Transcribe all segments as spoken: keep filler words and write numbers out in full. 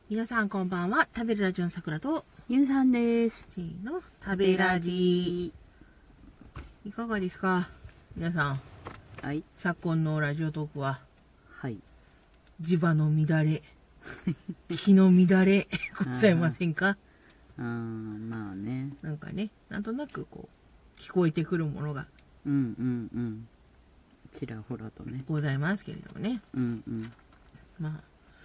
皆さんこんばんは。食べるラジオのさくらとゆうさんです。 せーの、食べラジいかがですか皆さん。 はい。 昨今のラジオトークははい。 磁場の乱れ気の乱れございませんか？ あー、まあね。 なんかね、なんとなくこう聞こえてくるものがうんうんうん。ちらほらとね。 ございますけれどもね。 うんうん。 ま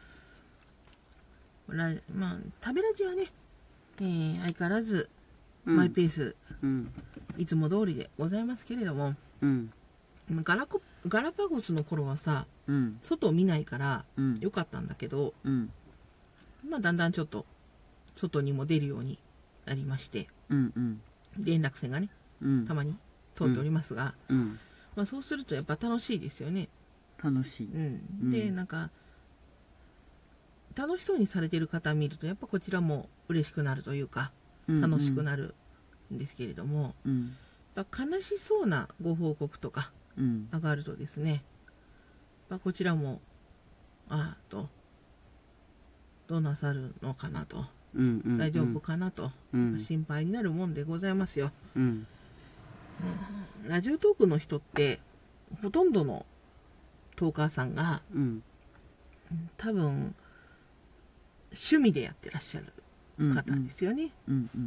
あ、ラまあ、食べラジはね、えー、相変わらずマイペース、 うん。 いつも通りでございますけれども、 うん。 ガラコガラパゴスの頃はさ、 うん。 外を見ないからうん。 よかったんだけど、 うん。 まあだんだんちょっと外にも出るようになりまして、 うんうん。 連絡線がね、 うん。 たまに通っておりますが、 うん。 まあそうするとやっぱ楽しいですよね。 楽しい。 うん。で、なんか、楽しそうにされてる方見ると、やっぱこちらも嬉しくなるというか、楽しくなるんですけれども、 うん。 やっぱ悲しそうなご報告とかうん。 上がるとですね、やっぱこちらも、ああと、どうなさるのかなと、 うんうん。 大丈夫かなと、 うん。 心配になるもんでございますよ。 うん。 ラジオトークの人って、ほとんどのトーカーさんが、 うん。 多分、趣味でやってらっしゃる方ですよね。 うんうん。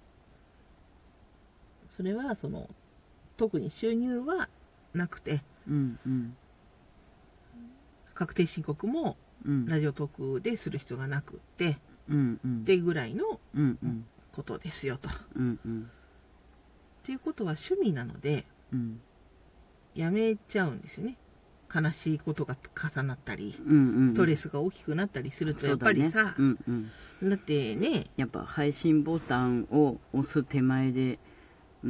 それは、その、特に収入はなくて、 うんうん。 確定申告もうん。 ラジオトークでする必要がなくって、 うんうん。 ってぐらいのうんうん。 ことですよと。 うんうん。 っていうことは趣味なので、 うん。 やめちゃうんですよね。悲しいことが重なったり、 うんうん。 ストレスが大きくなったりすると、やっぱりさ、 ね、うんうん。 だってね、 やっぱ配信ボタンを押す手前で、うん、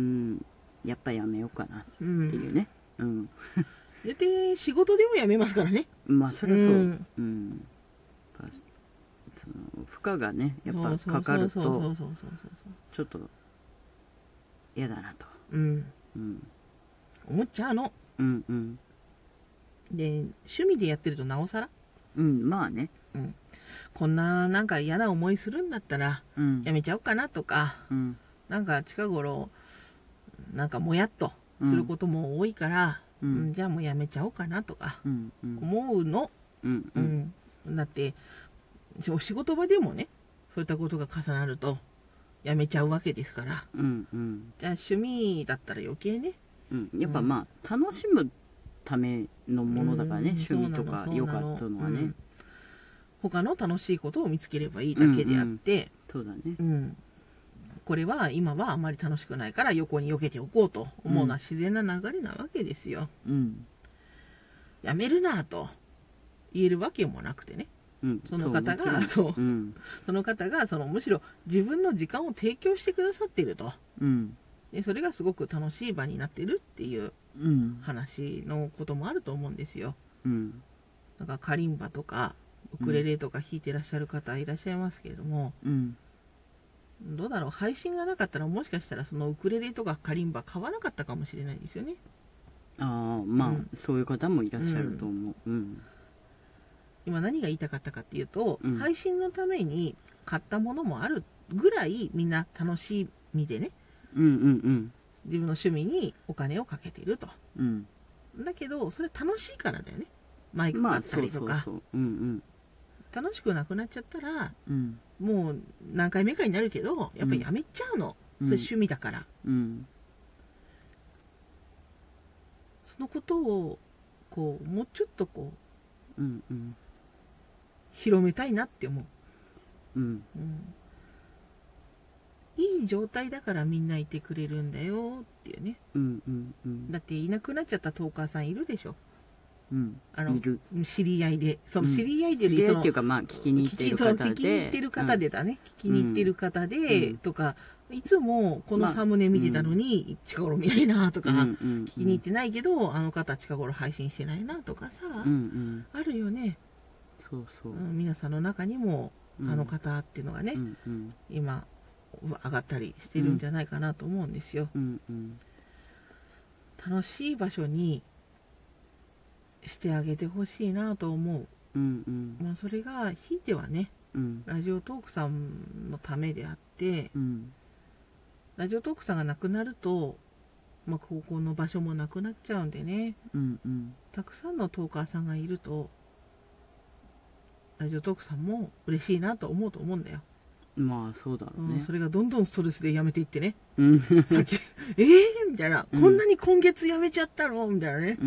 やっぱやめようかなっていうね。うん。 だって仕事でもやめますからね。 まあそれはそう。 ううん。うん、その負荷がね、やっぱかかると、ちょっと嫌だなと。 うん。うん。思っちゃうの。 うんうん。 で、趣味でやってるとなおさら。 うん、まあね。 うん。こんななんか嫌な思いするんだったら、やめちゃおうかなとか、うん、なんか近頃、なんかもやっとすることも多いから、うん、うん、じゃあもうやめちゃおうかなとか、思うの。うんうん。うん。だって、お仕事場でもね、そういったことが重なると、やめちゃうわけですから。うんうん。じゃあ趣味だったら余計ね。 うん。やっぱまあ、楽しむためのものだからね、趣味とかヨガっていうのはね、うん、 他の楽しいことを見つければいいだけであって、 うんうん、そうだね、 うん、これは今はあまり楽しくないから横に避けておこうと思うのは自然な流れなわけですよ、うん、やめるなと言えるわけもなくてね、うん、その方がそう、うん、その方がそのむしろ自分の時間を提供してくださっていると、うん、でそれがすごく楽しい場になっているっていう話のこともあると思うんですよ。うん、なんかカリンバとかウクレレとか弾いてらっしゃる方いらっしゃいますけれども、うん、どうだろう、配信がなかったらもしかしたらそのウクレレとかカリンバ買わなかったかもしれないですよね。 ああ、まあ、うん、そういう方もいらっしゃると思う。うん、 今何が言いたかったかっていうと、うん、配信のために買ったものもあるぐらいみんな楽しみでね、うんうんうん、自分の趣味にお金をかけていると、うん、だけどそれ楽しいからだよね。マイク買ったりとか、楽しくなくなっちゃったら、うん、もう何回目かになるけどやっぱりやめちゃうの、うん、それ趣味だから、うん、そのことをこうもうちょっとこう、うんうん、広めたいなって思う、うんうん、いい状態だからみんないてくれるんだよっていうね、うんうんうん、だっていなくなっちゃったトーカーさんいるでしょ、うん、あの知り合いで、その知り合いで、 うん、知り合いっていうか、まあ、聞きに行ってる方で、 聞きに行ってる方でだね、うん、聞きに行ってる方で、うん、とか、いつもこのサムネ見てたのに、まあ、近頃見ないなとか、うんうんうん、聞きに行ってないけど、あの方近頃配信してないなとかさ、うんうん、あるよね。そうそう、うん、皆さんの中にも、あの方っていうのがね、うんうん、今、上がったりしてるんじゃないかなと思うんですよ。うんうん、楽しい場所にしてあげてほしいなと思う。うんうん、まあそれがひいてはね、 うん、 ラジオトークさんのためであって、 うん、 ラジオトークさんがなくなると、まあ、高校の場所もなくなっちゃうんでね、 うんうん、 たくさんのトーカーさんがいるとラジオトークさんも嬉しいなと思うと思うんだよ。 まあそうだろうね、 うん、それがどんどんストレスでやめていってね、 うん、 さっきえーみたいな、うん、こんなに今月やめちゃったのみたいなね、 うんうん、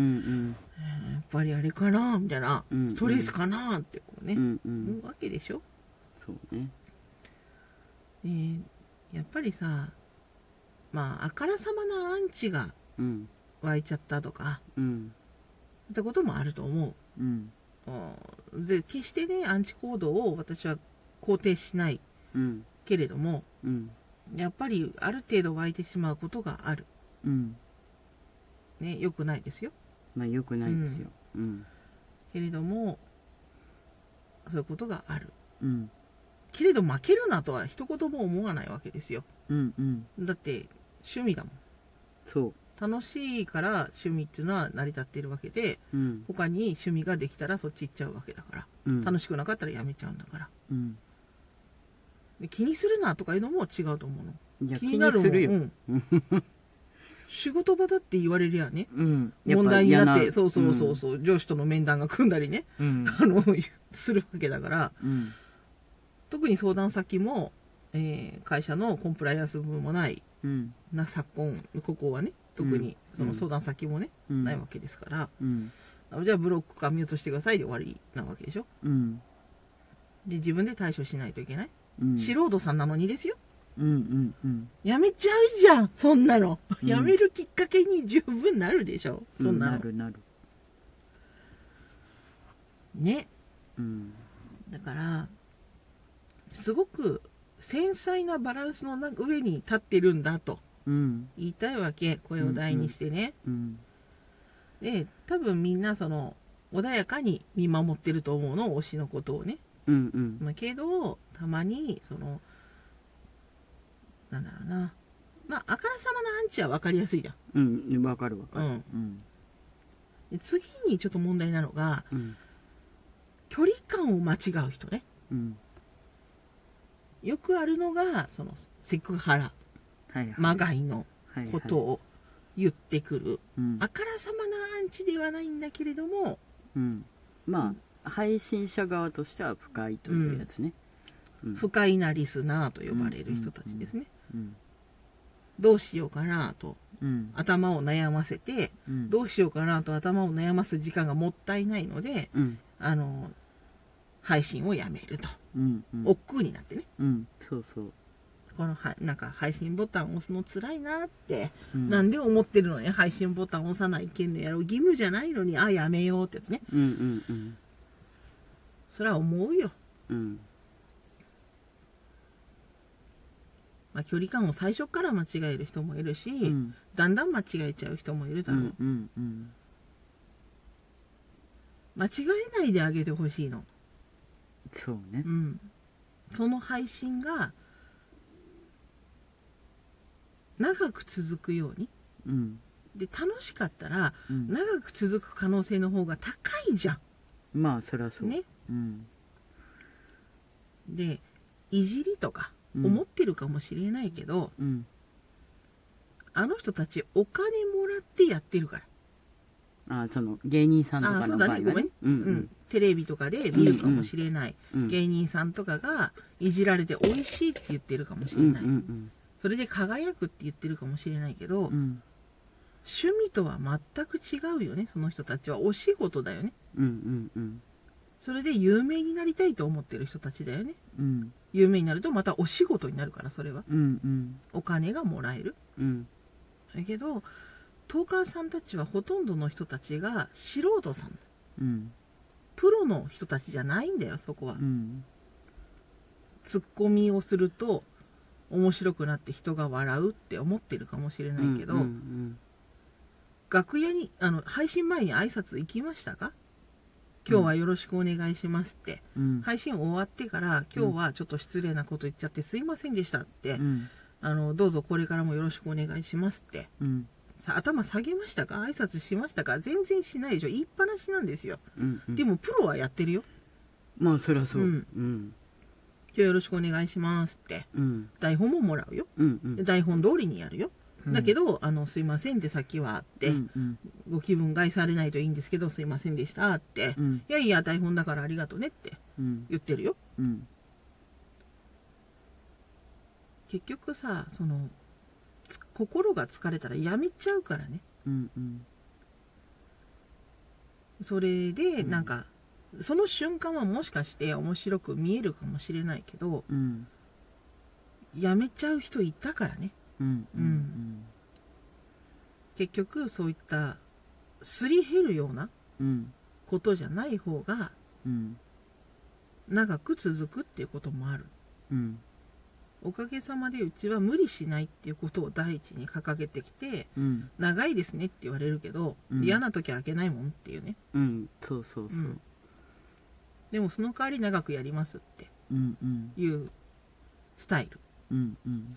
えー、やっぱりあれかなみたいな、うん、ストレスかなってこうね、 うんうん、 思うわけでしょ。 そうね。 でやっぱりさ、まああからさまなアンチが湧いちゃったとか、うん、ってこともあると思う、うん、で決してねアンチ行動を私は肯定しない、うん、けれども、うん、やっぱりある程度湧いてしまうことがある、うん、ね、良くないですよ。 まあ良くないですよ、 うんうん、けれどもそういうことがある、うん、けれど負けるなとは一言も思わないわけですよ、うんうん、だって趣味だもん。そう楽しいから趣味っていうのは成り立っているわけで、うん、他に趣味ができたらそっち行っちゃうわけだから、うん、楽しくなかったらやめちゃうんだから、うん、で気にするなとかいうのも違うと思うの。 いや気になるもん、気にするよ、うん、 仕事場だって言われりゃね、うん、問題になって、そうそうそうそう、うん、上司との面談が組んだりね、うん、あのするわけだから、うん、特に相談先も、えー、会社のコンプライアンス部分もない、うん、な昨今ここはね特にその相談先もね、うん、ないわけですから、うん、じゃあブロックかミュートしてくださいで終わりなわけでしょ、うん、で自分で対処しないといけない、うん、素人さんなのにですよ、うんうんうん、やめちゃうじゃんそんなの、うん、やめるきっかけに十分なるでしょ、そんなの、 うん、なるなるね、うん、だからすごく繊細なバランスの上に立ってるんだと言いたいわけ、声を大にしてね、うんうん、で多分みんなその穏やかに見守ってると思うの推しのことをね、うんうんまあ、けどたまにそのなんだろうな、まああからさまなアンチは分かりやすいじゃん、 うん分かる分かる、うんうん、で次にちょっと問題なのが、うん、距離感を間違う人ね、うん、よくあるのがそのセクハラ、はいはい、まがいのことを言ってくる、はいはいうん、あからさまなアンチではないんだけれども、 うん、まあ、うん、配信者側としては不快というやつね、 うん、不快なリスナーと呼ばれる人たちですね、うんうんうん、どうしようかなと、うん、頭を悩ませて、うん、どうしようかなと頭を悩ます時間がもったいないので、うん、あの配信をやめると、うんうん、億劫になってね、 うん、そうそうこのはなんか配信ボタンを押すのつらいなって、うん、なんで思ってるのね、配信ボタン押さないけんのやろ、義務じゃないのに、あやめようってやつね、うんうんうん、それは思うよ、うんまあ、距離感を最初から間違える人もいるし、うん、だんだん間違えちゃう人もいるだろう、うんうんうん、間違えないであげてほしいの。 そうね、 うん、その配信が長く続くように、うん、で楽しかったら、うん、長く続く可能性の方が高いじゃん。 まあそりゃそうね、うん、でいじりとか思ってるかもしれないけど、うん、あの人たちお金もらってやってるから。 あその芸人さんとかの場合はね、ごめん、 うんうん、テレビとかで見るかもしれない、うんうん、芸人さんとかがいじられて美味しいって言ってるかもしれない、うんうんうん、それで輝くって言ってるかもしれないけど、うん、趣味とは全く違うよね。その人たちはお仕事だよね、うんうんうん、それで有名になりたいと思ってる人たちだよね、うん、有名になるとまたお仕事になるから、それは、うんうん、お金がもらえる、うん、だけどトーカーさんたちはほとんどの人たちが素人さん、うん、プロの人たちじゃないんだよ、そこは、うん、ツッコミをすると面白くなって人が笑うって思ってるかもしれないけど、うんうんうん、楽屋にあの配信前に挨拶行きましたか？今日はよろしくお願いしますって、うん、配信終わってから今日はちょっと失礼なこと言っちゃってすいませんでしたって、うん、あのどうぞこれからもよろしくお願いしますって、うん、さ頭下げましたか？挨拶しましたか？全然しないでしょ。言いっぱなしなんですよ、うんうん、でもプロはやってるよ。 まあそりゃそう、うんうん、 じゃあよろしくお願いしますって、うん、台本ももらうよ、うんうん、台本通りにやるよ、うん、だけどあのすいませんってさっきはあって、うんうん、ご気分害されないといいんですけどすいませんでしたって、うん、いやいや台本だからありがとねって言ってるよ、うん、結局さその心が疲れたらやめちゃうからね、うんうん、それでなんか、うん、その瞬間はもしかして面白く見えるかもしれないけど、うん、やめちゃう人いたからね、うんうんうん、結局そういったすり減るようなことじゃない方が長く続くっていうこともある、うん、おかげさまでうちは無理しないっていうことを第一に掲げてきて、うん、長いですねって言われるけど、うん、嫌な時は開けないもんっていうね、 うん、そうそうそう、うん、 でもその代わり長くやりますっていうスタイル、うん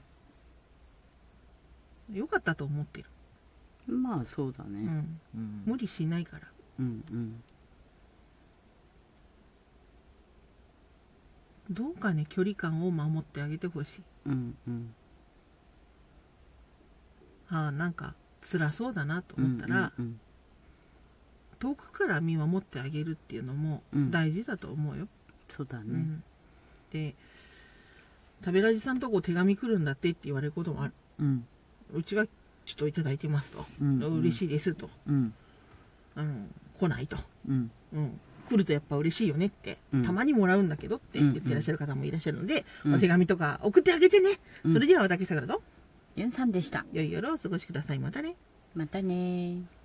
うん、よかったと思ってる。 まあそうだね、うんうん、無理しないから、うんうん、どうかね距離感を守ってあげてほしい、うんうん、ああなんか辛そうだなと思ったら、うんうんうん、遠くから見守ってあげるっていうのも大事だと思うよ、うん、 そうだね、うん、で食べラジさんとこ手紙来るんだってって言われることもある、うん、うちはちょっといただいてますと、うんうん、嬉しいですと、うん、あの来ないと、うんうん、来るとやっぱ嬉しいよねって、うん、たまにもらうんだけどって言ってらっしゃる方もいらっしゃるので、うん、お手紙とか送ってあげてね、うん、それでは私さくらとゆんさんでした。 良い夜をお過ごしください。またね。 またね。